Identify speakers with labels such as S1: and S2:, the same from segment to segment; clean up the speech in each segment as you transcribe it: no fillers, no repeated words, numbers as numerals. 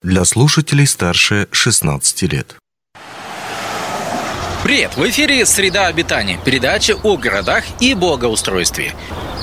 S1: Для слушателей старше 16 лет.
S2: Привет! В эфире «Среда обитания», передача о городах и благоустройстве.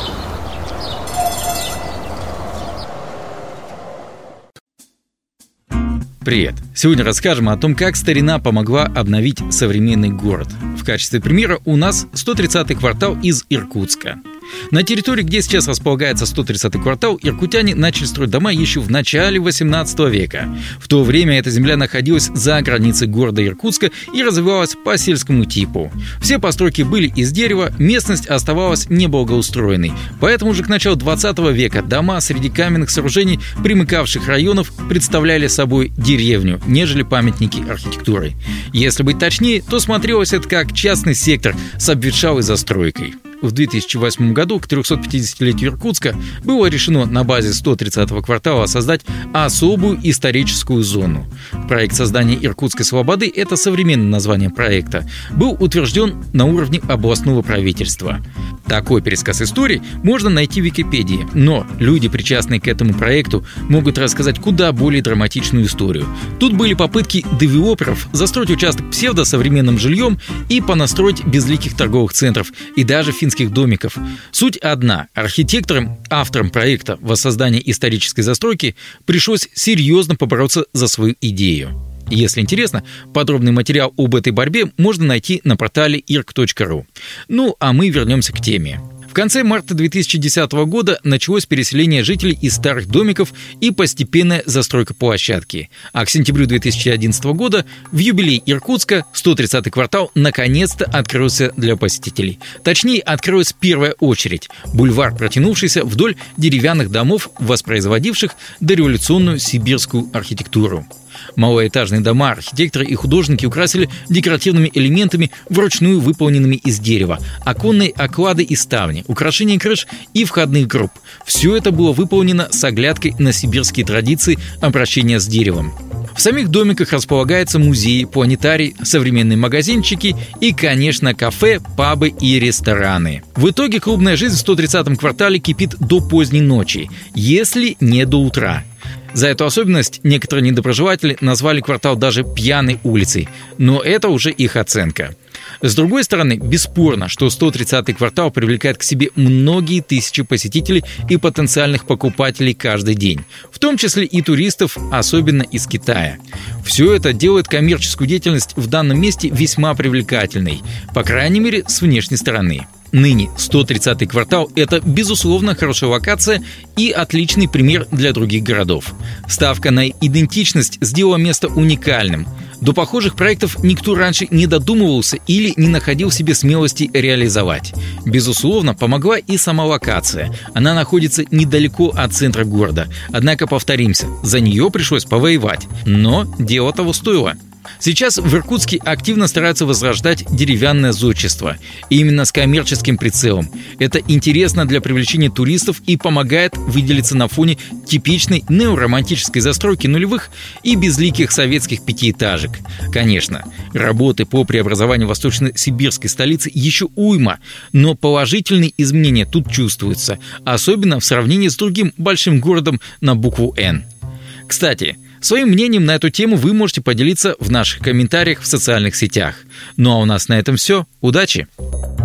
S2: Привет! Сегодня расскажем о том, как старина помогла обновить современный город. В качестве примера у нас 130-й квартал из Иркутска. На территории, где сейчас располагается 130-й квартал, иркутяне начали строить дома еще в начале 18 века. В то время эта земля находилась за границей города Иркутска и развивалась по сельскому типу. Все постройки были из дерева, местность оставалась неблагоустроенной. Поэтому уже к началу 20 века дома среди каменных сооружений примыкавших районов представляли собой деревню, нежели памятники архитектуры. Если быть точнее, то смотрелось это как частный сектор с обветшалой застройкой. В 2008 году к 350-летию Иркутска было решено на базе 130-го квартала создать особую историческую зону. Проект создания Иркутской Слободы – это современное название проекта – был утвержден на уровне областного правительства. Такой пересказ истории можно найти в Википедии, но люди, причастные к этому проекту, могут рассказать куда более драматичную историю. Тут были попытки девелоперов застроить участок псевдосовременным жильем и понастроить безликих торговых центров и даже финских домиков. Суть одна. Архитекторам, авторам проекта воссоздания исторической застройки пришлось серьезно побороться за свою идею. Если интересно, подробный материал об этой борьбе можно найти на портале irk.ru. Ну, а мы вернемся к теме. В конце марта 2010 года началось переселение жителей из старых домиков и постепенная застройка площадки. А к сентябрю 2011 года в юбилей Иркутска 130-й квартал наконец-то открылся для посетителей. Точнее, открылась первая очередь – бульвар, протянувшийся вдоль деревянных домов, воспроизводивших дореволюционную сибирскую архитектуру. Малоэтажные дома архитекторы и художники украсили декоративными элементами, вручную выполненными из дерева, оконные оклады и ставни, украшения крыш и входных групп. Все это было выполнено с оглядкой на сибирские традиции обращения с деревом. В самих домиках располагаются музеи, планетарий, современные магазинчики и, конечно, кафе, пабы и рестораны. В итоге клубная жизнь в 130-м квартале кипит до поздней ночи, если не до утра. За эту особенность некоторые недоброжелатели назвали квартал даже «пьяной улицей», но это уже их оценка. С другой стороны, бесспорно, что 130-й квартал привлекает к себе многие тысячи посетителей и потенциальных покупателей каждый день, в том числе и туристов, особенно из Китая. Все это делает коммерческую деятельность в данном месте весьма привлекательной, по крайней мере, с внешней стороны. Ныне 130-й квартал – это, безусловно, хорошая локация и отличный пример для других городов. Ставка на идентичность сделала место уникальным. До похожих проектов никто раньше не додумывался или не находил в себе смелости реализовать. Безусловно, помогла и сама локация. Она находится недалеко от центра города. Однако, повторимся, за нее пришлось повоевать. Но дело того стоило. Сейчас в Иркутске активно стараются возрождать деревянное зодчество. И именно с коммерческим прицелом. Это интересно для привлечения туристов и помогает выделиться на фоне типичной неоромантической застройки нулевых и безликих советских пятиэтажек. Конечно, работы по преобразованию восточно-сибирской столицы еще уйма, но положительные изменения тут чувствуются, особенно в сравнении с другим большим городом на букву «Н». Кстати, своим мнением на эту тему вы можете поделиться в наших комментариях в социальных сетях. Ну а у нас на этом все. Удачи!